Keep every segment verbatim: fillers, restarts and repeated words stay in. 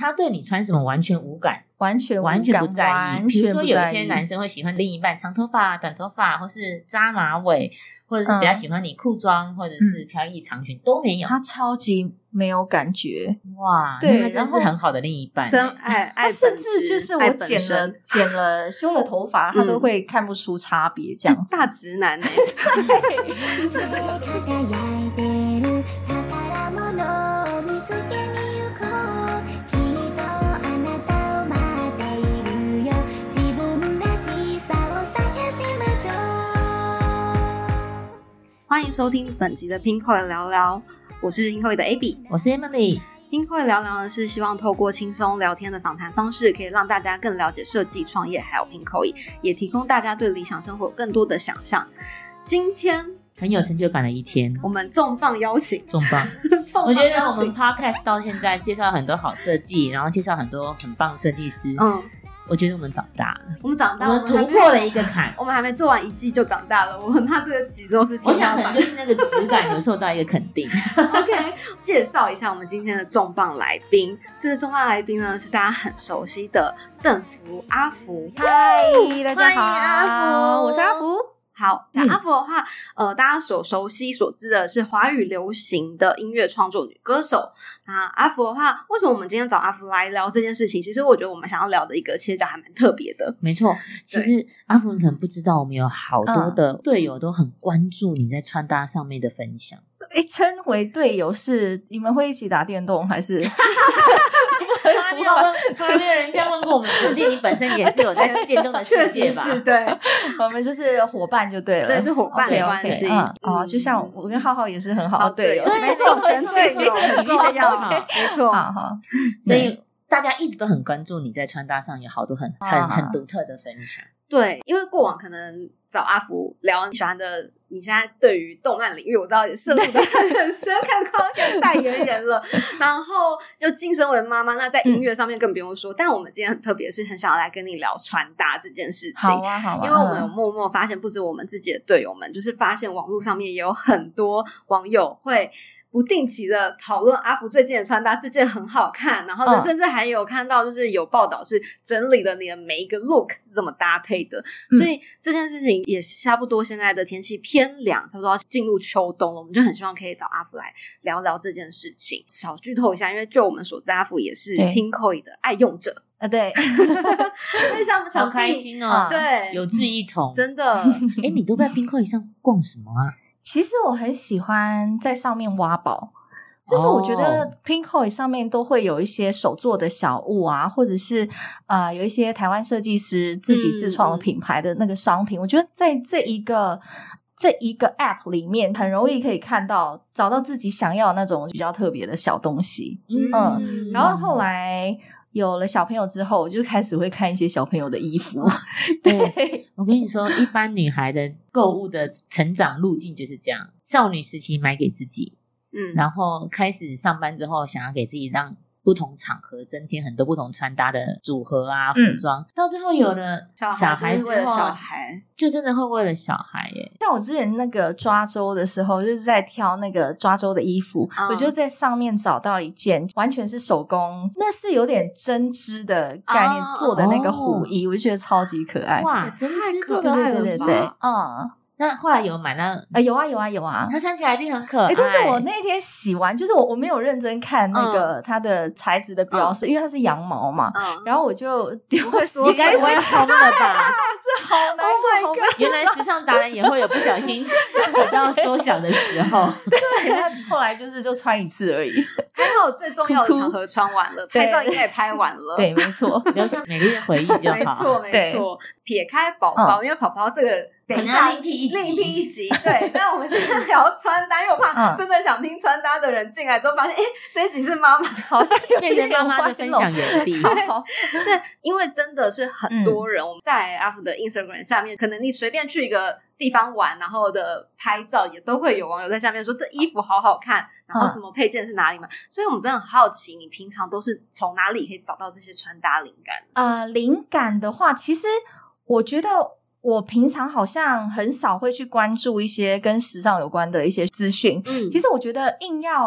他对你穿什么完全无感， 完全完全不在意。比如说有一些男生会喜欢另一半长头发、短头发，或是扎马尾，或者是比较喜欢你裤装、嗯、或者是飘逸长裙、嗯、都没有。 他超级没有感觉。 哇，对，那他真是很好的另一半， 真爱爱本质。 甚至就是我剪了剪了修了头发，他都会看不出差别，这样、嗯、 大直男欸。 对，是这个。 欢迎收听本集的 Pinkoi 聊聊，我是 Pinkoi 的 Abby， 我是 Emily。Pinkoi 聊聊呢是希望透过轻松聊天的访谈方式，可以让大家更了解设计、创业，还有 Pinkoi， 也提供大家对理想生活有更多的想象。今天很有成就感的一天， 我们重磅邀请， 重磅！我觉得我们 Podcast 到现在介绍很多好设计，然后介绍很多很棒的设计师，嗯。我觉得我们长大了， 我们长大， 我们突破了一个坎。 我们还没做完一季就长大了，我很怕这个几周是天花板。 我想可能就是那个质感有受到一个肯定。 OK， 介绍一下我们今天的重磅来宾。这个重磅来宾呢是大家很熟悉的邓福阿福。 嗨，大家好， 阿福， 我是阿福。 好，讲阿福的话、嗯、呃，大家所熟悉所知的是华语流行的音乐创作女歌手。那阿福的话，为什么我们今天找阿福来聊这件事情？其实我觉得我们想要聊的一个切角还蛮特别的。 没错，其实阿福你可能不知道，我们有好多的队友都很关注你在穿搭上面的分享。 诶，称为队友是你们会一起打电动还是？ 他没有问，他没有人家问过我们，肯定你本身也是有在电动的世界吧？ 是对，我们就是伙伴就对了， 对，是伙伴的关系。 okay, okay, 嗯嗯、哦，就像我跟浩浩也是很好的队友， 没错，神队友很重要，没错， 好好。 所以大家一直都很关注你在穿搭上有好多很很很独特的分享。 对，因为过往可能找阿福聊你喜欢的，你现在对于动漫领域我知道也涉入的很深，看光跟代言人了，然后又晋升为妈妈，那在音乐上面更不用说、嗯、但我们今天很特别是很想要来跟你聊穿搭这件事情。 好啊好啊， 因为我们有默默发现，不止我们自己的队友们，就是发现网络上面也有很多网友会不定期的讨论阿福最近的穿搭，这件很好看，然后呢、嗯，甚至还有看到就是有报道是整理了你的每一个 look 是怎么搭配的、嗯，所以这件事情也差不多。现在的天气偏凉，差不多要进入秋冬了，我们就很希望可以找阿福来聊聊这件事情。小剧透一下，因为就我们所知，阿福也是 Pinkoi 的爱用者啊，对， 所以想想好开心哦， 对， 有志一同， 真的。 哎，你都在 Pinkoi 上逛什么啊？ 其实我很喜欢在上面挖宝，就是我觉得 Pinkoi 上面都会有一些手做的小物啊，或者是呃有一些台湾设计师自己自创的品牌的那个商品、嗯、我觉得在这一个这一个 app 里面很容易可以看到找到自己想要的那种比较特别的小东西。 嗯, 嗯然后后来有了小朋友之后，我就开始会看一些小朋友的衣服。 对，我跟你说，一般女孩的购物的成长路径就是这样：少女时期买给自己，嗯，然后开始上班之后，想要给自己让不同场合增添很多不同穿搭的组合啊，服装、嗯、到最后有了小孩之后， 小孩就真的会为了小孩耶。 像我之前那个抓周的时候，就是在挑那个抓周的衣服、嗯、我就在上面找到一件完全是手工，那是有点针织的概念、哦、做的那个虎衣、哦、我就觉得超级可爱。 哇，针织可爱了吧？ 对对对对，嗯。 那后来有买到？ 呃，有啊有啊有啊， 它穿起来一定很可爱。 欸、但是我那天洗完，就是我我没有认真看那个它的材质的标识、嗯，因为它是羊毛嘛。嗯。然后我就丢了洗干净烘了吧？ 这好难 ！Oh my god！ 原来时尚达人也会有不小心洗到缩小的时候。 对，那后来就是就穿一次而已。 还好最重要的场合穿完了，拍照应该也拍完了。 对，没错， 留下美丽的回忆就好。 没错没错。撇开宝宝、嗯，因为宝宝这个。等一下， 另辟一集， 另辟一集。对，那我们现在聊穿搭，因为我怕真的想听穿搭的人进来之后发现，哎、嗯，这一集是妈妈， 好像变成妈妈的分享园地。 对，因为真的是很多人，嗯、我们在阿福的 Instagram 下面，可能你随便去一个地方玩，然后的拍照也都会有网友在下面说这衣服好好看，然后什么配件是哪里买、嗯、所以我们真的很好奇，你平常都是从哪里可以找到这些穿搭灵感？ 呃，灵感的话，其实我觉得。我平常好像很少会去关注一些跟时尚有关的一些资讯，嗯，其实我觉得硬要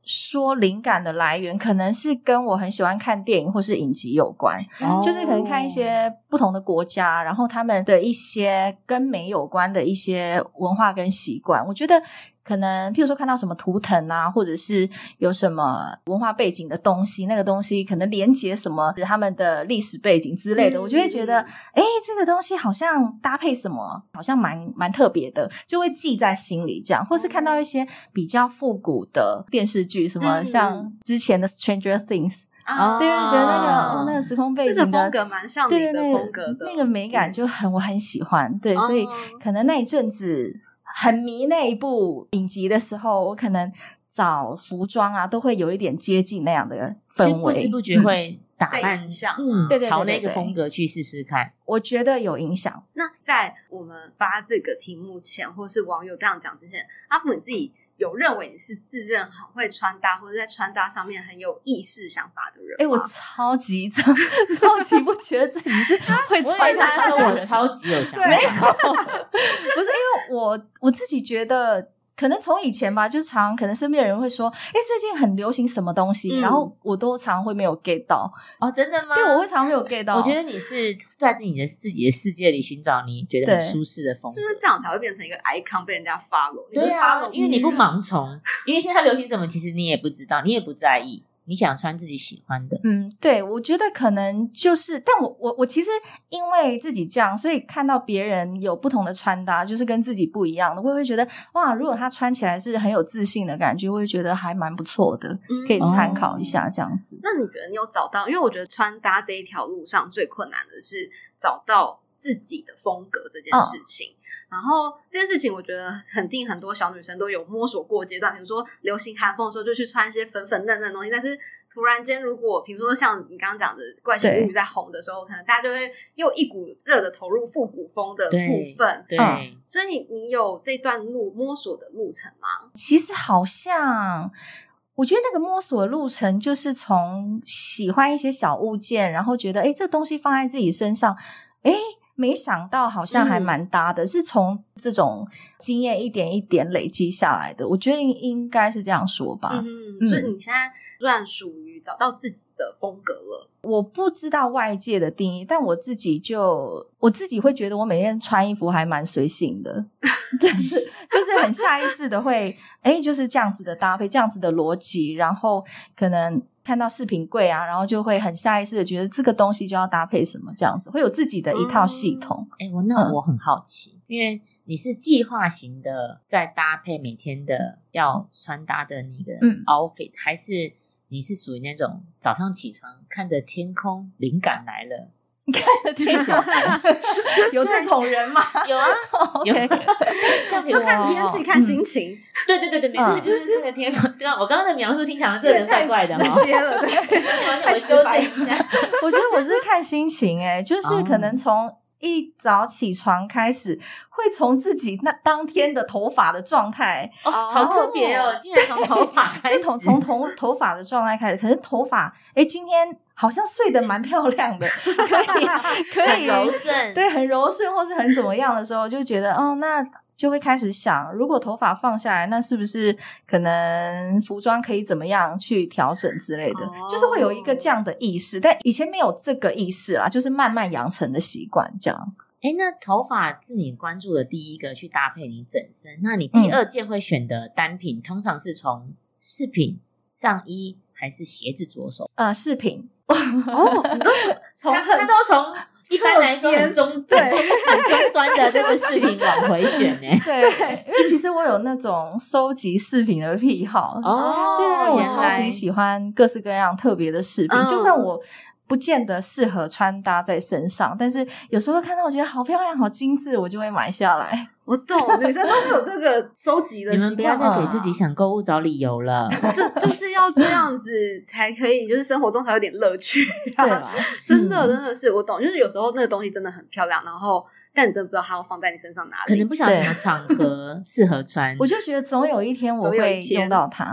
说灵感的来源可能是跟我很喜欢看电影或是影集有关、哦、就是可能看一些不同的国家，然后他们的一些跟美有关的一些文化跟习惯，我觉得可能譬如说看到什么图腾啊，或者是有什么文化背景的东西，那个东西可能连结什么他们的历史背景之类的、嗯、我就会觉得诶这个东西好像搭配什么好像蛮蛮特别的，就会记在心里这样。或是看到一些比较复古的电视剧，什么像之前的 Stranger Things、啊、对，就觉得那个、哦、那个时空背景的这个风格蛮像你的风格的， 那个美感就很我很喜欢。对、哦、所以可能那一阵子很迷那一部影集的时候，我可能找服装啊都会有一点接近那样的氛围， 不知不觉会打扮像、嗯、对对对对对，朝那个风格去试试看， 我觉得有影响。 那在我们发这个题目前，或是网友这样讲之前，阿福你自己有认为你是自认很会穿搭，或者在穿搭上面很有意识想法的人吗？ 哎、欸，我超级超超级不觉得自己是会穿搭的， 我超级有想法。 不是因为我我自己觉得。可能从以前吧，就常可能身边的人会说，诶最近很流行什么东西、嗯、然后我都常会没有 get 到。 哦，真的吗？ 对，我会常没有 get 到。 我觉得你是在自己的自己的世界里寻找你觉得很舒适的风格， 是不是这样才会变成一个 icon 被人家 follow？ 对啊，因为你不盲从，因为现在流行什么其实你也不知道，你也不在意，你想穿自己喜欢的。 嗯，对，我觉得可能就是但我我我其实因为自己这样，所以看到别人有不同的穿搭就是跟自己不一样的，我也会觉得哇，如果他穿起来是很有自信的感觉，我会觉得还蛮不错的、嗯、可以参考一下这样子、 哦、那你觉得你有找到，因为我觉得穿搭这一条路上最困难的是找到自己的风格这件事情、哦，然后这件事情我觉得肯定很多小女生都有摸索过阶段，比如说流行韩风的时候就去穿一些粉粉嫩嫩的东西，但是突然间如果比如说像你刚刚讲的怪奇物语在红的时候，可能大家就会又一股热的投入复古风的部分。 对， 嗯、所以你你有这段路摸索的路程吗？ 其实好像我觉得那个摸索的路程就是从喜欢一些小物件，然后觉得诶这东西放在自己身上诶没想到好像还蛮搭的、嗯、是从这种经验一点一点累积下来的，我觉得应该是这样说吧。 嗯嗯，所以你现在算属于找到自己的风格了。 我不知道外界的定义，但我自己就我自己会觉得我每天穿衣服还蛮随性的就是就是很下意识的会诶就是这样子的搭配，这样子的逻辑，然后可能看到饰品柜啊，然后就会很下意识的觉得这个东西就要搭配什么，这样子会有自己的一套系统。 哎、嗯，我那我很好奇、嗯，因为你是计划型的在搭配每天的要穿搭的那个 outfit、嗯、还是你是属于那种早上起床看着天空灵感来了看着天空有这种人吗？ 有啊 、okay. 有就看天气看心情、嗯、 对对对对，没错、嗯、就是看着天空。我刚刚的描述听起来这个人怪怪的太直接了对我修正一下我觉得我是看心情耶、欸、就是可能从一早起床开始会从自己那当天的头发的状态、 哦、好特别哦，竟然从头发开始就从从头头发的状态开始，可是头发诶今天好像睡得蛮漂亮的可以可以很柔顺， 对，很柔顺或是很怎么样的时候就觉得哦，那就会开始想如果头发放下来，那是不是可能服装可以怎么样去调整之类的、哦、就是会有一个这样的意识，但以前没有这个意识啦，就是慢慢养成的习惯这样。 诶，那头发是你关注的第一个去搭配你整身，那你第二件会选的单品、嗯、通常是从饰品、上衣还是鞋子着手？ 呃，饰品哦，你都从他他都从一般来说很中对很中端的这个饰品往回选呢。 对，因为其实我有那种收集饰品的癖好哦， 对对对，我超级喜欢各式各样特别的饰品、嗯、就算我不见得适合穿搭在身上，但是有时候看到我觉得好漂亮好精致，我就会买下来。 我懂，女生都会有这个收集的习惯。 你们不要再给自己想购物找理由了， 就就是要这样子才可以，就是生活中才有点乐趣、啊。对吧？真的、嗯、真的是我懂，就是有时候那个东西真的很漂亮，然后但你真的不知道它要放在你身上哪里， 可能不晓得什么场合适合穿。 我就觉得总有一天我会用到它。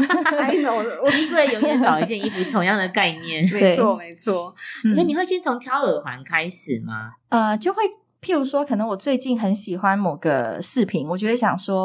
I know， 我衣柜永远少一件衣服，同样的概念。 没错没错、 嗯。所以你会先从挑耳环开始吗？ 呃，就会。譬如说可能我最近很喜欢某个饰品，我就会想说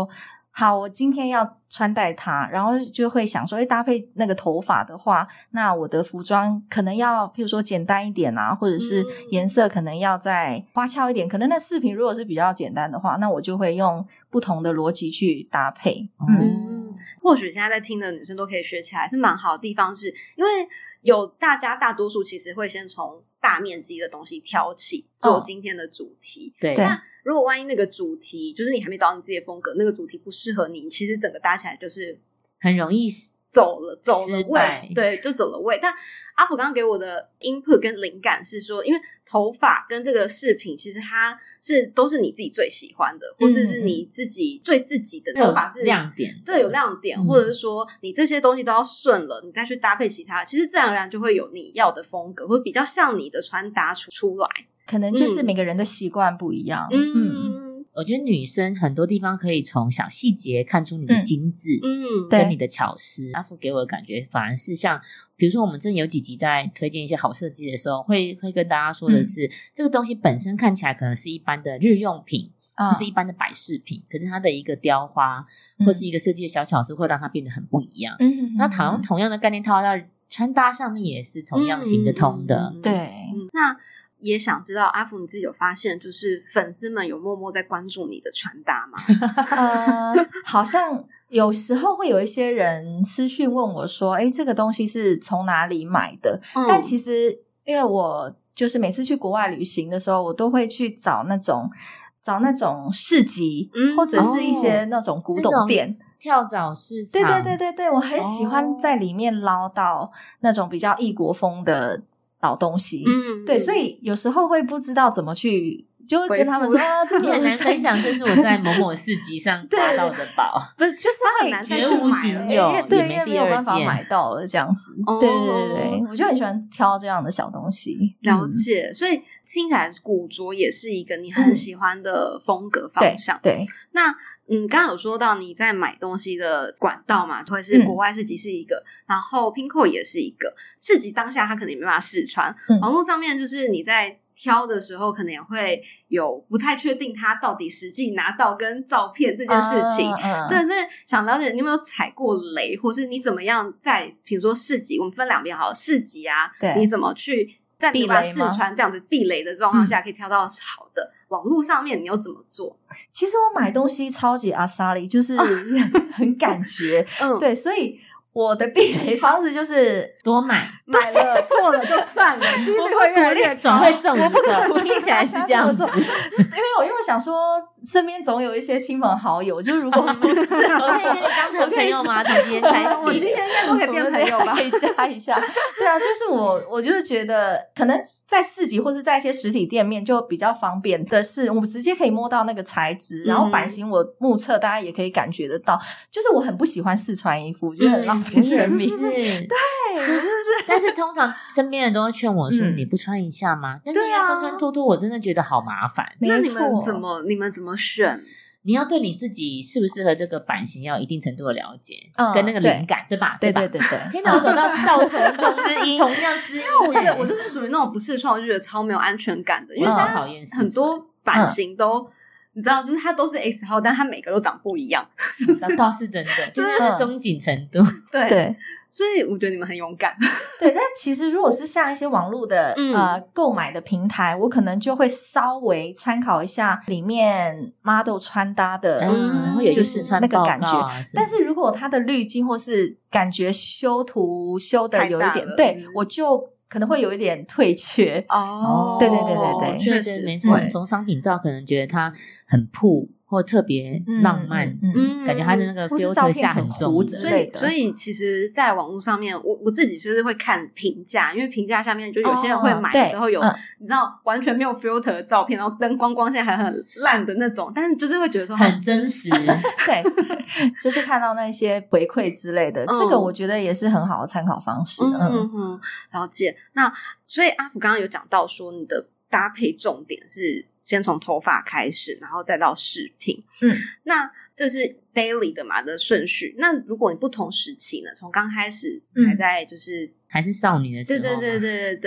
好，我今天要穿戴它，然后就会想说，诶，搭配那个头发的话，那我的服装可能要譬如说简单一点啊，或者是颜色可能要再花俏一点，可能那饰品如果是比较简单的话，那我就会用不同的逻辑去搭配。嗯， 嗯或许现在在听的女生都可以学起来，是蛮好的地方是，因为有大家大多数其实会先从大面积的东西挑起做今天的主题。 对， 那如果万一那个主题就是你还没找到你自己的风格，那个主题不适合你，其实整个搭起来就是很容易走了走了位，对，就走了位。但阿福刚刚给我的 input 跟灵感是说，因为头发跟这个饰品其实它是都是你自己最喜欢的，或是是你自己最自己的头发是亮点， 对，有亮点、嗯、或者是说你这些东西都要顺了，你再去搭配其他，其实自然而然就会有你要的风格，或者比较像你的穿搭出出来。 可能就是每个人的习惯不一样。 嗯嗯， 我觉得女生很多地方可以从小细节看出你的精致， 嗯， 跟你的巧思。阿福给我的感觉反而是像，比如说我们真的有几集在推荐一些好设计的时候，会会跟大家说的是、嗯，这个东西本身看起来可能是一般的日用品，或是一般的摆饰品，可是它的一个雕花、嗯、或是一个设计的小巧思，会让它变得很不一样。嗯，那好像同样的概念套到穿搭上面也是同样行得通的。 嗯、 对、 嗯，那。也想知道阿福你自己有发现就是粉丝们有默默在关注你的穿搭吗？ 呃，好像有时候会有一些人私讯问我说诶这个东西是从哪里买的、嗯、但其实因为我就是每次去国外旅行的时候我都会去找那种找那种市集、嗯、或者是一些那种古董店、哦跳蚤市场。 对对对对对，我很喜欢在里面捞到那种比较异国风的老东西。嗯，对，所以有时候会不知道怎么去，就会跟他们说你很难分享这是我在某某市集上抓到的宝。 不是，就是他很难再绝无仅有， 对， 也没没有办法买到了这样子、哦、对对对对，我就很喜欢挑这样的小东西。 了解、嗯、所以听起来古着也是一个你很喜欢的风格方向、 嗯、对, 对那嗯，刚刚有说到你在买东西的管道嘛，会是国外市集是一个、嗯、然后 Pinko 也是一个市集，当下它可能也没办法试穿、嗯、网络上面就是你在挑的时候可能也会有不太确定它到底实际拿到跟照片这件事情、uh, uh, 对，所以想了解你有没有踩过雷，或是你怎么样在比如说市集，我们分两边好了，市集啊，你怎么去在没有办法试穿这样子避雷的状况下可以挑到好的、嗯、网络上面你又怎么做？ 其实我买东西超级阿莎力，就是很感觉、嗯、对，所以我的避雷方式就是多买， 买了错了就算了，几率会越来越高， 总会中一个。我听起来是这样子，因为我因为我想说，身边总有一些亲朋好友，就如果不是， 我可以跟你当成朋友吗？从今天开始， 我今天应该都可以变朋友吧？ 可以加一下。对啊，就是我，我就是觉得，可能在市集或是在一些实体店面就比较方便的是，我们直接可以摸到那个材质，然后版型我目测，大家也可以感觉得到。就是我很不喜欢试穿衣服，我觉得很浪费生命。 是， 对，就是。 但是通常身边人都会劝我说：“嗯、你不穿一下吗？”但是要穿穿脱脱，我真的觉得好麻烦。 那你们怎么你们怎么选？ 你要对你自己适不适合这个版型要有一定程度的了解，嗯、跟那个灵感， 对, 对吧？ 对对对对。 天哪，我走到道同之音，同样之音。 因为我觉得我就是属于那种不试穿，我就觉得超没有安全感的，因为现在很多版型都。嗯你知道，就是它都是 X 号，但它每个都长不一样， 那倒是真的，就是松紧程度。 对对， 所以我觉得你们很勇敢。 对，但其实如果是像一些网络的、嗯、呃购买的平台，我可能就会稍微参考一下里面 model 穿搭的， 嗯， 就是那个感觉。 啊、 但是如果它的滤镜或是感觉修图修的有一点，对我就。可能会有一点退却哦， 对对对对对， 确实没错。从商品照可能觉得它很酷或特别浪漫，嗯，嗯感觉它的那个 filter 下很重之类的。 所以，所以其实，在网络上面，我我自己就是会看评价，因为评价下面就有些人会买了之后有、哦嗯、你知道完全没有 filter 的照片，然后灯光光线还很烂的那种，但是就是会觉得说很真实， 对，就是看到那些回馈之类的、嗯，这个我觉得也是很好的参考方式。 嗯嗯嗯，了解。那所以阿福刚刚有讲到说，你的搭配重点是。先从头发开始，然后再到饰品。 嗯， 那这是 daily 的嘛的顺序。那如果你不同时期呢？从刚开始还在就是、 嗯、还是少女的时候， 对对对对对对。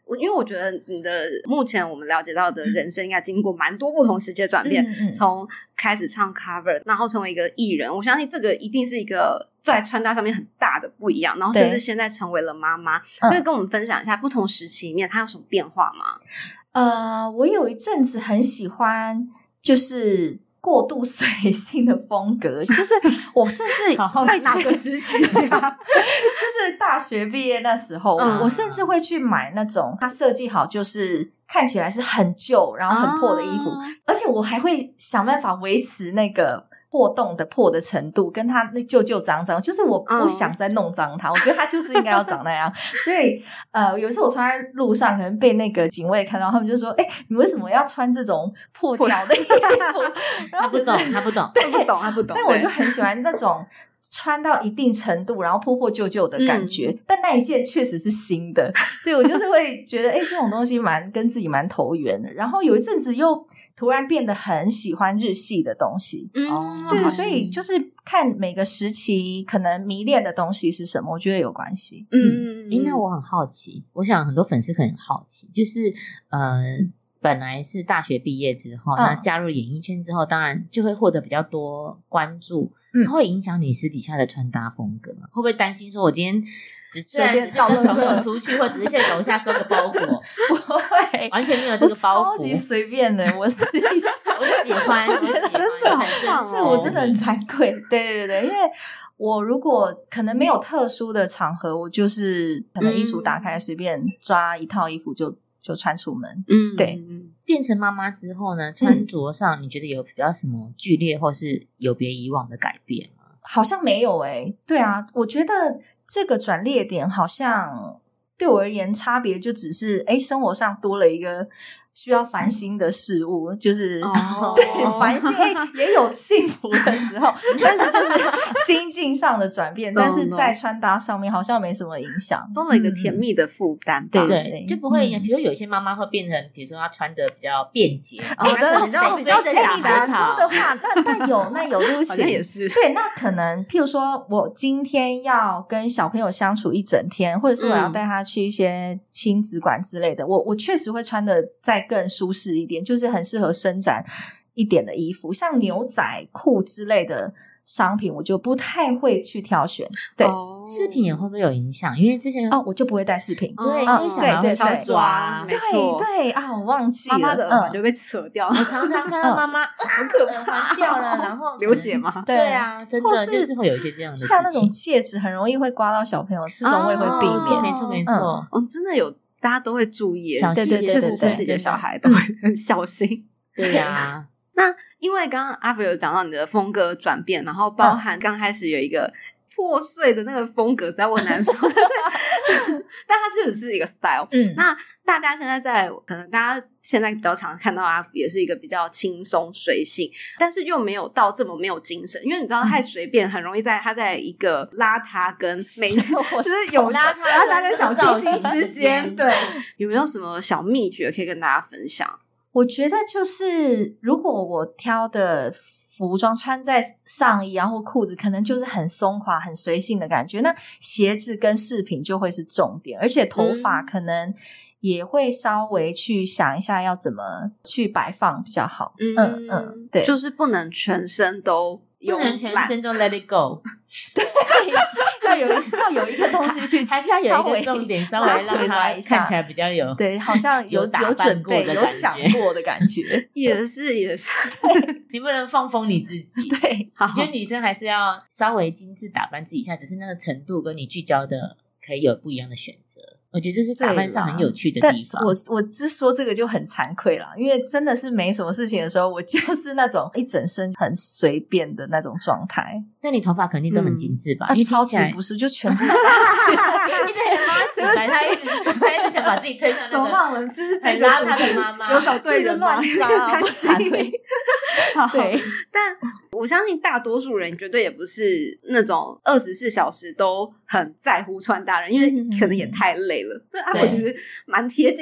我因为我觉得你的目前我们了解到的人生应该经过蛮多不同时期的转变，嗯嗯，从开始唱 cover 然后成为一个艺人，我相信这个一定是一个在穿搭上面很大的不一样，然后甚至现在成为了妈妈，可以跟我们分享一下不同时期里面它有什么变化吗？ 呃，我有一阵子很喜欢就是过度随性的风格，就是我甚至在哪个时期啊？ 就是大学毕业那时候，嗯，我甚至会去买那种它设计好就是看起来是很旧然后很破的衣服，啊，而且我还会想办法维持那个破洞的破的程度跟它那旧旧脏脏，就是我不想再弄脏它，嗯，我觉得它就是应该要长那样。所以呃，有时候我穿在路上可能被那个警卫看到，他们就说，哎，你为什么要穿这种破掉的衣服？然后他不懂他不懂他不懂他不懂， 但我就很喜欢那种穿到一定程度然后破破旧旧的感觉，嗯，但那一件确实是新的。对，我就是会觉得哎，这种东西蛮跟自己蛮投缘的。然后有一阵子又突然变得很喜欢日系的东西，嗯，对，所以就是看每个时期可能迷恋的东西是什么，我觉得有关系。 嗯，诶，那我很好奇，我想很多粉丝可能很好奇，就是呃本来是大学毕业之后，嗯，那加入演艺圈之后，当然就会获得比较多关注，嗯，会影响你私底下的穿搭风格吗？会不会担心说我今天只虽然只是跟朋友出去，或只是在楼下收个包裹， 不会，完全没有这个包袱， 超级随便的。我私底下我喜欢，我觉得真的很棒， 是我真的很惭愧。对对对，因为我如果可能没有特殊的场合，我就是可能衣橱打开，随便抓一套衣服就就穿出门。嗯，对。 变成妈妈之后呢，穿着上你觉得有比较什么剧烈或是有别以往的改变吗？ 好像没有诶、欸、对啊，我觉得这个转捩点好像对我而言差别就只是诶生活上多了一个需要烦心的事物，就是哦对烦心也有幸福的时候但是就是心境上的转变但是在穿搭上面好像没什么影响， 多了一个甜蜜的负担、嗯、 对对，就不会、嗯、比如有一些妈妈会变成比如说她穿的比较便捷哦， 对，然后比较想着说的话那那有那有路线也是对，那可能譬如说我今天要跟小朋友相处一整天，或者是我要带他去一些亲子馆之类的、嗯、我我确实会穿的在更舒适一点，就是很适合伸展一点的衣服，像牛仔裤之类的商品我就不太会去挑选。对、 哦、饰品也会不会有影响？因为之前哦我就不会戴饰品， 对，因为小孩会去抓， 对对啊，我忘记了妈妈的耳环就被扯掉了、 嗯、我常常看到妈妈好可怕，耳环掉了然后流血吗？ 对, 对啊，真的就是会有一些这样的事情， 像那种戒指很容易会刮到小朋友，这种我也会避免、 哦、没错没错、 嗯、哦，真的有大家都会注意， 对对对， 确实是自己的小孩都会很小心。 对呀、啊， 那因为刚刚阿福有讲到你的风格转变，然后包含刚开始有一个破碎的那个风格，实在我难说，但它是是一个 style。嗯，那大家现在在可能大家现在比较常看到阿福也是一个比较轻松随性，但是又没有到这么没有精神，因为你知道太随便，很容易在他在一个邋遢跟没就是有邋遢邋遢跟小清新之间，对，有没有什么小秘诀可以跟大家分享？ 我觉得就是如果我挑的服装穿在上衣啊或裤子可能就是很松垮很随性的感觉，那鞋子跟饰品就会是重点，而且头发可能也会稍微去想一下要怎么去摆放比较好。嗯嗯嗯，对， 就是不能全身都不能全身都 let it go 对，要有要有一个东西去还是要有一个重点稍微让它看起来比较有对，好像有有打准备有想过的感觉也是也是你不能放风你自己， 对， 我觉得女生还是要稍微精致打扮自己一下，只是那个程度跟你聚焦的可以有不一样的选择，我觉得这是打扮上很有趣的地方。 我我只说这个就很惭愧啦，因为真的是没什么事情的时候我就是那种一整身很随便的那种状态。 那你头发肯定都很精致吧？ 嗯、 因为超级不是就全部你对妈妈洗白，他一直他一直想把自己推上那个怎么忘了是很邋遢的妈妈， 有找对人吗？ 乱扎不对对，但我相信大多数人绝对也不是那种二十四小时都很在乎穿搭人，因为可能也太累了。所以阿福其实蛮贴近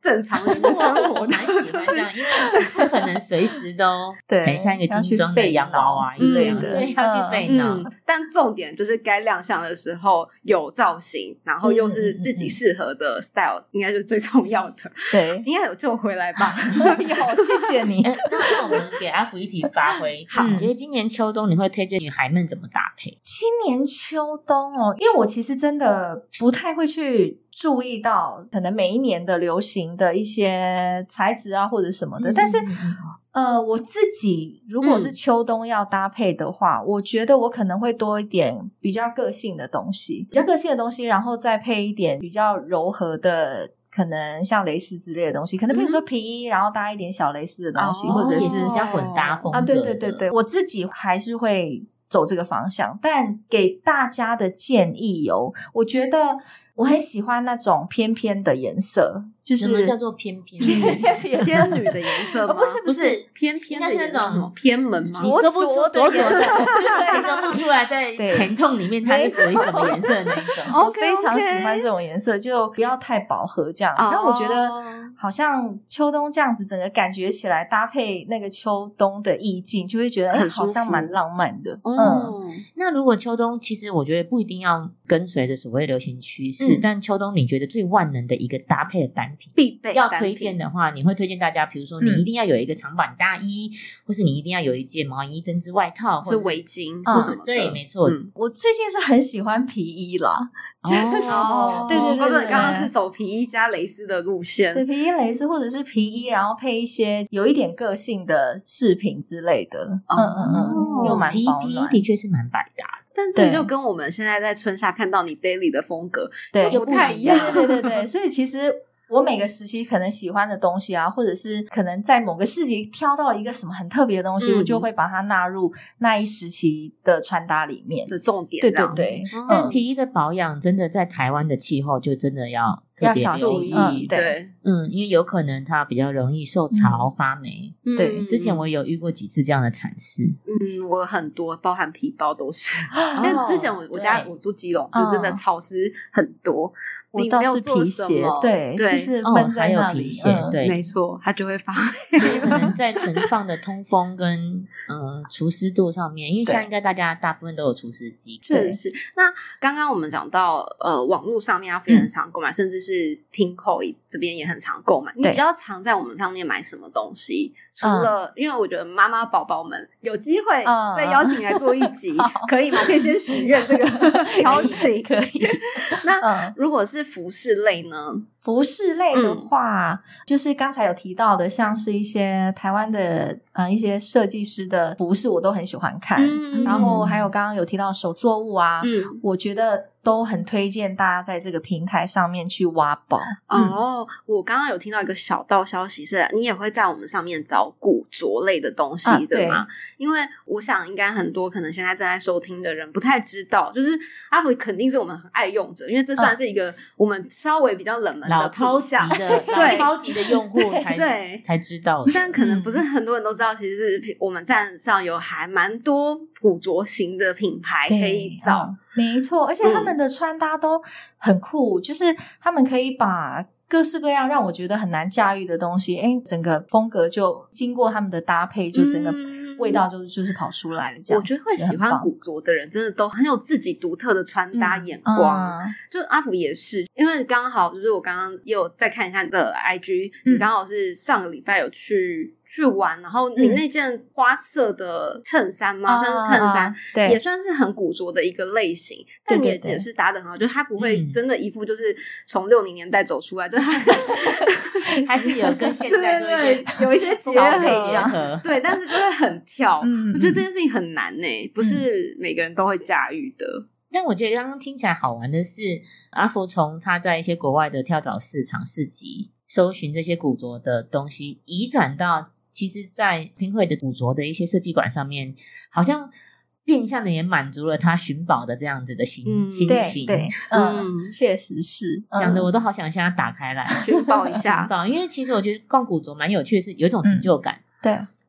正常人的生活。 我蛮喜欢这样，因为不可能随时都对像一个精装的洋娃娃一样，对，要去费脑、 嗯。但重点就是该亮相的时候有造型，然后又是自己适合的 style，、嗯、应该是最重要的。 对， 应该有救回来吧？ 有，谢谢你。 那那我们给阿福一题发挥。好，你觉得今年秋冬你会推荐女孩们怎么搭配？ 今年秋冬哦，因为我其实真的不太会去注意到可能每一年的流行的一些材质啊或者什么的，嗯、但是呃，我自己如果是秋冬要搭配的话、嗯、我觉得我可能会多一点比较个性的东西，比较个性的东西，然后再配一点比较柔和的，可能像蕾丝之类的东西，可能比如说皮衣、嗯、然后搭一点小蕾丝的东西、哦、或者是比较混搭风格啊，对对对对，我自己还是会走这个方向，但给大家的建议有，我觉得我很喜欢那种偏偏的颜色，就是什么叫做偏偏？ 仙女的颜色吗？ 哦、不是不是偏偏的颜色， 应该是那种偏门吗？ 你说不出灼灼的颜色， 形容不出来，在疼痛里面它是属于什么颜色的那一种。 我非常喜欢这种颜色，就不要太饱和这样。然后我觉得好像秋冬这样子，整个感觉起来搭配那个秋冬的意境，就会觉得哎，好像蛮浪漫的。 嗯，嗯那如果秋冬，其实我觉得不一定要跟随着所谓流行趋势、嗯，但秋冬你觉得最万能的一个搭配的单品， 必备要推荐的话，你会推荐大家，比如说你一定要有一个长版大衣，嗯、或是你一定要有一件毛衣针织外套， 或是围巾， 或是、嗯、对，没错、 嗯。我最近是很喜欢皮衣啦。 哦， 对对对对， 刚刚是走皮衣加蕾丝的路线， 对，皮衣蕾丝或者是皮衣，然后配一些有一点个性的饰品之类的， 嗯嗯嗯，又蛮保暖，皮衣的确是蛮百搭的。 但这就跟我们现在在春夏看到你 daily 的风格对又不太一样， 对对对对，所以其实我每个时期可能喜欢的东西啊，或者是可能在某个时期挑到一个什么很特别的东西、嗯、我就会把它纳入那一时期的穿搭里面的重点， 对对对、 嗯、但皮衣的保养真的在台湾的气候就真的要特别留意， 嗯、 对， 嗯，因为有可能它比较容易受潮、嗯、发霉。对，之前我有遇过几次这样的惨事。 嗯，我很多，包含皮包都是。因为之前我我家我住基隆，就真的潮湿很多。 我倒是皮鞋，对对， 就是闷在那里， 哦、皮鞋、嗯，对， 没错，它就会发霉。 可能在存放的通风跟呃除湿度上面，因为现在应该大家大部分都有除湿机， 确实是。那刚刚我们讲到呃网络上面要非常常购买，嗯、甚至是 Pinkoi 这边也很常购买。你比较常在我们上面买什么东西？除了、嗯、因为我觉得妈妈宝宝们有机会再邀请来做一集，嗯、可以吗？可以先许愿这个邀请， 可以。 那、嗯、如果是服饰类呢？ 服饰类的话、嗯、就是刚才有提到的，像是一些台湾的呃一些设计师的服饰我都很喜欢看、嗯、然后还有刚刚有提到手作物啊、嗯、我觉得都很推荐大家在这个平台上面去挖宝。 哦、嗯、我刚刚有听到一个小道消息，是你也会在我们上面找古着类的东西、啊、对吗？因为我想应该很多可能现在正在收听的人不太知道，就是阿福肯定是我们很爱用者，因为这算是一个我们稍微比较冷门老超级的老超级的用户才对才知道的， 但可能不是很多人都知道，其实是我们站上有还蛮多古着型的品牌可以找、 嗯、没错，而且他们的穿搭都很酷、嗯、就是他们可以把各式各样让我觉得很难驾驭的东西，诶整个风格就经过他们的搭配，就整个味道就就是跑出来了这样。 我觉得会喜欢古着的人真的都很有自己独特的穿搭眼光、嗯嗯、就阿福也是，因为刚好就是我刚刚也有再看一下你的 I G、嗯、你刚好是上个礼拜有去去玩，然后你那件花色的衬衫嘛、嗯、算是衬衫、 嗯、 也算是很古着的一个类型，但你也也是搭得很好，就是它不会真的一副就是从六零年代走出来，就它还是有跟现在做一些有一些结合， 对，但是就会很跳、 嗯、 我觉得这件事情很难耶、欸、不是每个人都会驾驭的、嗯、 但我觉得刚刚听起来好玩的是，阿福从他在一些国外的跳蚤市场市集搜寻这些古着的东西，移转到其实在Pinkoi的古着的一些设计馆上面，好像变相的也满足了他寻宝的这样子的心、嗯、心情。 对，对嗯，确实是讲的我都好想现在打开来寻宝一下寻宝，因为其实我觉得逛古着蛮有趣的是有一种成就感、 嗯、对，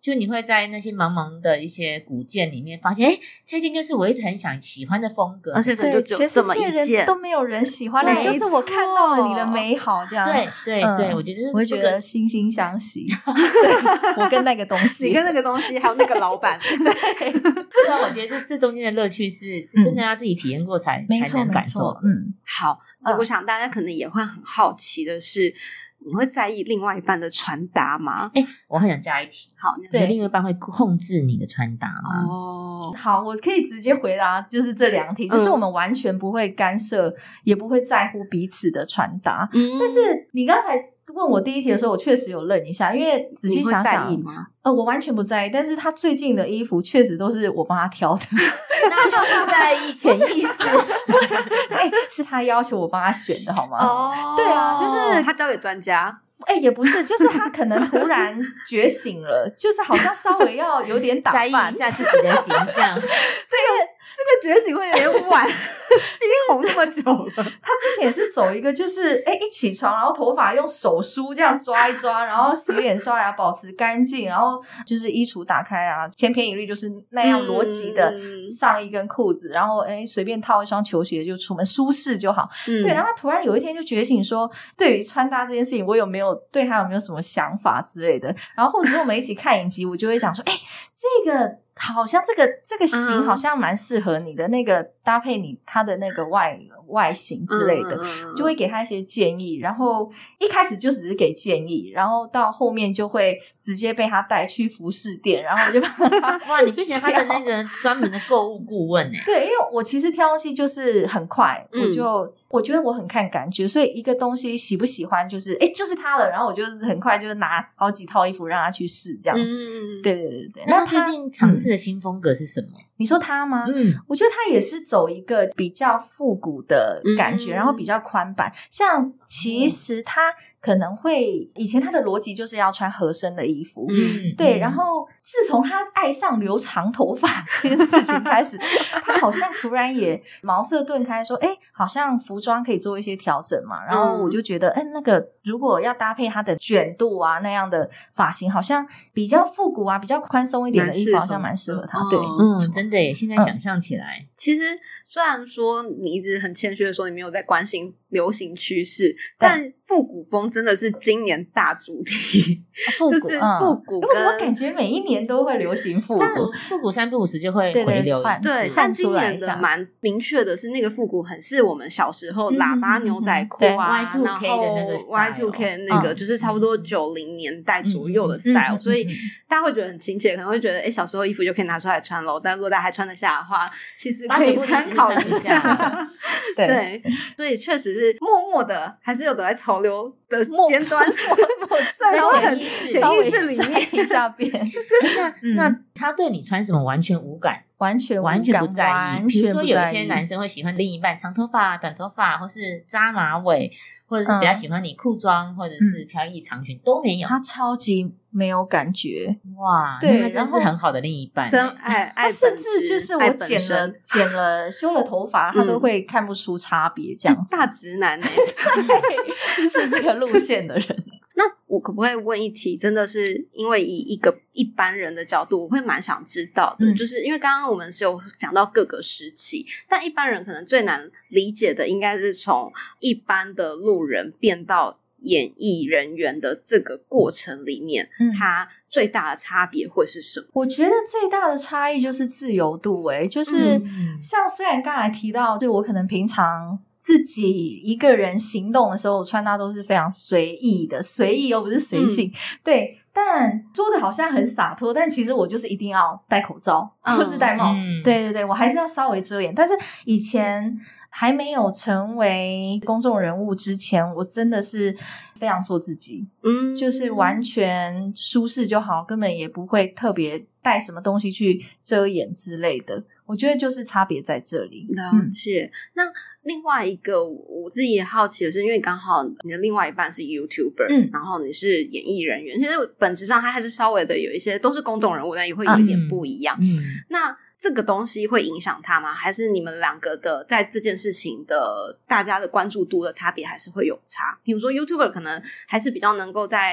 就你会在那些茫茫的一些古件里面发现，哎，这件就是我一直很想喜欢的风格， 而且可能就只有这么一件， 都没有人喜欢的，就是我看到了你的美好，这样。 对对、嗯、对，我觉得、这个、 我会觉得惺惺相惜。我跟那个东西， 你跟那个东西，还有那个老板， 对。那我觉得这这中间的乐趣是，是真的要自己体验过才、嗯、才能感受。 嗯， 好，那我想大家可能也会很好奇的是。你会在意另外一半的穿搭吗？ 哎、欸，我很想加一题。 好， 你的另外一半会控制你的穿搭吗？ 哦，好，我可以直接回答，就是这两题，嗯、就是我们完全不会干涉，也不会在乎彼此的穿搭。嗯，但是你刚才问我第一题的时候，我确实有愣一下，因为仔细想想， 你会在意吗？ 呃，我完全不在意，但是他最近的衣服确实都是我帮他挑的， 那就是在意，潜意识， 不是，哎、欸，是他要求我帮他选的，好吗？ 哦， 对啊，就是他交给专家。 哎、欸，也不是，就是他可能突然觉醒了，就是好像稍微要有点打扮， 在意一下自己的形象。 这个这个觉醒会有点晚，已经红这么久了。 他之前也是走一个，就是哎、欸，一起床，然后头发用手梳这样抓一抓，然后洗脸刷牙保持干净，然后就是衣橱打开啊，千篇一律就是那样逻辑的上衣跟裤子，然后哎随便套一双球鞋就出门，舒适就好。嗯、对，然后他突然有一天就觉醒说，对于穿搭这件事情，我有没有对他有没有什么想法之类的？然后或者是我们一起看影集，我就会想说，哎，这个。好像这个这个型好像蛮适合你的，嗯、那个搭配你他的那个外外形之类的，嗯、就会给他一些建议。然后一开始就只是给建议，然后到后面就会直接被他带去服饰店，然后我就把他哇，你变成他的那个专门的购物顾问哎。 对，因为我其实挑东西就是很快，嗯、我就我觉得我很看感觉，所以一个东西喜不喜欢就是哎就是他了，然后我就是很快就是拿好几套衣服让他去试这样子。嗯，对对对对。 那他最近尝试的新风格是什么？嗯、 你说他吗？嗯，我觉得他也是走一个比较复古的感觉，嗯、然后比较宽版。像其实他可能会以前他的逻辑就是要穿合身的衣服，嗯，对。然后自从他爱上留长头发这件事情开始，他好像突然也茅塞顿开，说，哎，好像服装可以做一些调整嘛。然后我就觉得，哎，那个如果要搭配他的卷度啊那样的发型，好像比较复古啊，比较宽松一点的衣服，好像蛮适合他。对， 嗯，真的耶，现在想象起来， 嗯、其实虽然说你一直很谦虚的说你没有在关心流行趋势，但复古风真的是今年大主题， 复古就是复古跟。 为什么感觉每一年都会流行复古？ 复古三不五时就会回流。 对，但今年的蛮明确的是，那个复古很是我们小时候喇叭牛仔裤啊， 然后 Y two K 的那个 Y two K 的那个，就是差不多九零年代左右的 style，所以大家会觉得很亲切，可能会觉得哎，小时候衣服就可以拿出来穿咯。但如果大家还穿得下的话，其实可以参考一下。对，所以确实是默默的，还是有走在潮流的尖端， 稍微很潜意识里面一下变。 那、嗯、那他对你穿什么完全无感， 完全无感完全不在意。比如说有一些男生会喜欢另一半长头发、短头发，或是扎马尾，或者是比较喜欢你裤装，嗯、或者是飘逸长裙，都没有。 他超级没有感觉， 哇！对，那真是很好的另一半， 真爱爱。 他甚至就是我剪了剪了修了头发，他都会看不出差别，这样、嗯、 大直男哎、 欸，就是这个路线的人。 那我可不可以问一题？真的是因为以一个一般人的角度，我会蛮想知道的，嗯、就是因为刚刚我们是有讲到各个时期，但一般人可能最难理解的，应该是从一般的路人变到演艺人员的这个过程里面，嗯、它最大的差别会是什么？ 我觉得最大的差异就是自由度、欸，就是像虽然刚才提到，就我可能平常自己一个人行动的时候，我穿搭都是非常随意的，随意又不是随性，嗯、对。但说的好像很洒脱，但其实我就是一定要戴口罩，嗯、或是戴帽子，嗯、对对对，我还是要稍微遮掩。但是以前还没有成为公众人物之前，我真的是非常做自己，嗯，就是完全舒适就好，根本也不会特别带什么东西去遮掩之类的。我觉得就是差别在这里。 了解。嗯、那另外一个我自己也好奇的是，因为刚好你的另外一半是 YouTuber，嗯，然后你是演艺人员，其实本质上他还是稍微的有一些都是公众人物，但也会有一点不一样。嗯，嗯那这个东西会影响他吗？还是你们两个的在这件事情的大家的关注度的差别还是会有差？比如说 YouTuber 可能还是比较能够在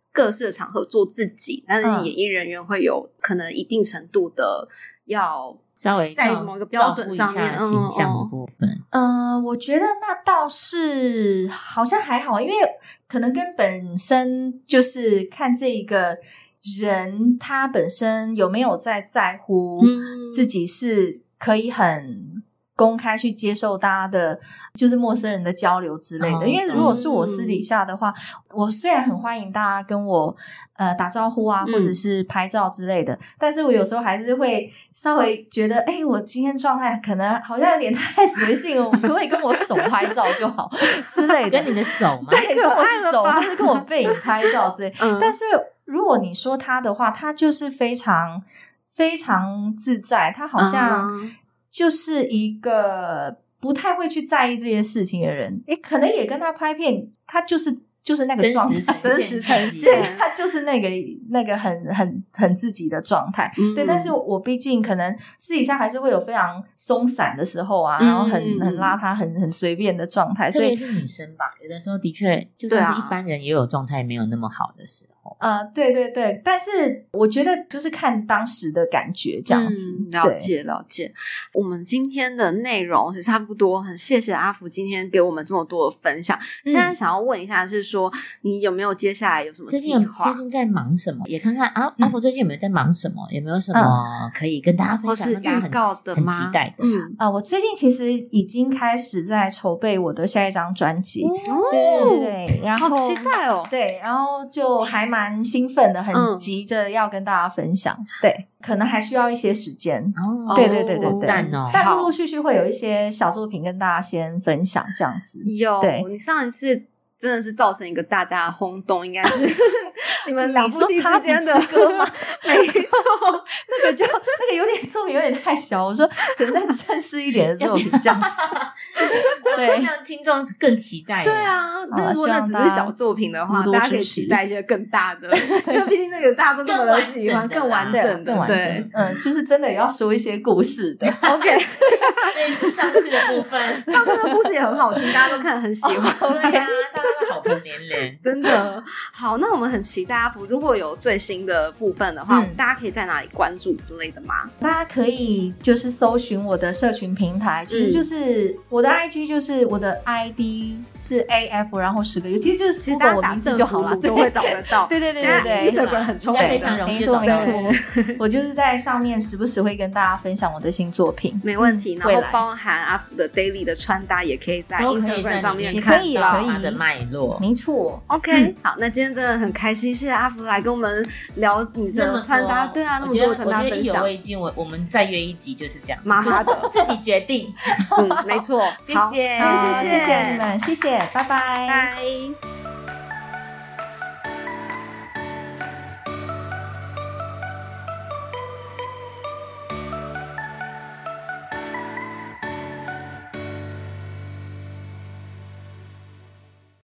各式的场合做自己，但是演艺人员会有可能一定程度的要稍微在某一个标准上面形象的部分。 嗯、呃，我觉得那倒是好像还好，因为可能跟本身就是看这一个人他本身有没有在在乎自己是可以很公开去接受大家的就是陌生人的交流之类的、哦、因为如果是我私底下的话、嗯、我虽然很欢迎大家跟我呃打招呼啊、嗯、或者是拍照之类的，但是我有时候还是会稍微觉得诶我今天状态可能好像有点太随性了，可不可以跟我手拍照就好之类的。 跟你的手吗？ 对，跟我手或是跟我背影拍照之类的、嗯、但是如果你说他的话，他就是非常非常自在，他好像就是一个不太会去在意这些事情的人。诶可能也跟他拍片，他就是就是那个状态， 真实呈现， 他就是那个那个很很很自己的状态、嗯。对，但是我毕竟可能私底下还是会有非常松散的时候啊，嗯、然后很很邋遢、很很随便的状态。所以是女生吧，有的时候的确，就算是一般人也有状态没有那么好的时候。 呃，对对对，但是我觉得就是看当时的感觉这样子。 嗯、了解了解。我们今天的内容是差不多，很谢谢阿福今天给我们这么多的分享。嗯、现在想要问一下，是说你有没有接下来有什么计划？ 最近在忙什么？也看看啊，阿福最近有没有在忙什么？有没有什么可以跟大家分享？ 或是预告的吗？ 很期待的。 嗯啊、呃，我最近其实已经开始在筹备我的下一张专辑。哦，对对对，然后好期待哦。 对，然后就还蛮兴奋的，很急着要跟大家分享。嗯、对，可能还需要一些时间。哦，对对对对对， 赞哦！ 但陆陆续续会有一些小作品跟大家先分享，这样子。 有， 对， 你上一次真的是造成一个大家的轰动，应该是你们两夫妻之间的歌吗？ 没错， 那个就那个有点作品有点太小，我说可能再正式一点的作品这样子。对， 让听众更期待。 对啊，如果那只是小作品的话，大家可以期待一些更大的，因为毕竟那个大家都那么的喜欢，更完整的，对， 嗯，就是真的也要说一些故事的。 OK， 上次的部分， 上次的故事也很好听，大家都看得很喜欢。 对啊，大家都好朋连连， 真的。好，那我们很期待阿福如果有最新的部分的话，大家可以在哪里关注之类的吗？ 大家可以就是搜寻我的社群平台，其实就是我的 I G， 就是我的 I D 是 A F， 然后十个 U， 其实就是其实大家打字就好了， 都会找得到。 对对对对对， 这个人很聪明， 非常容易没错没错。我就是在上面时不时会跟大家分享我的新作品， 没问题。然后包含阿福的 daily 的穿搭，也可以在 Instagram 上面看到它的脉络。 没错 ，OK，、嗯、好，那今天真的很开心，谢谢阿福来跟我们聊你的穿搭，对啊，那么多的穿搭分享。 我觉得意犹未尽，我我们再约一集就是这样， 麻麻的自己决定。 嗯，没错， 谢谢， 谢谢，谢谢你们，谢谢，拜拜， 拜。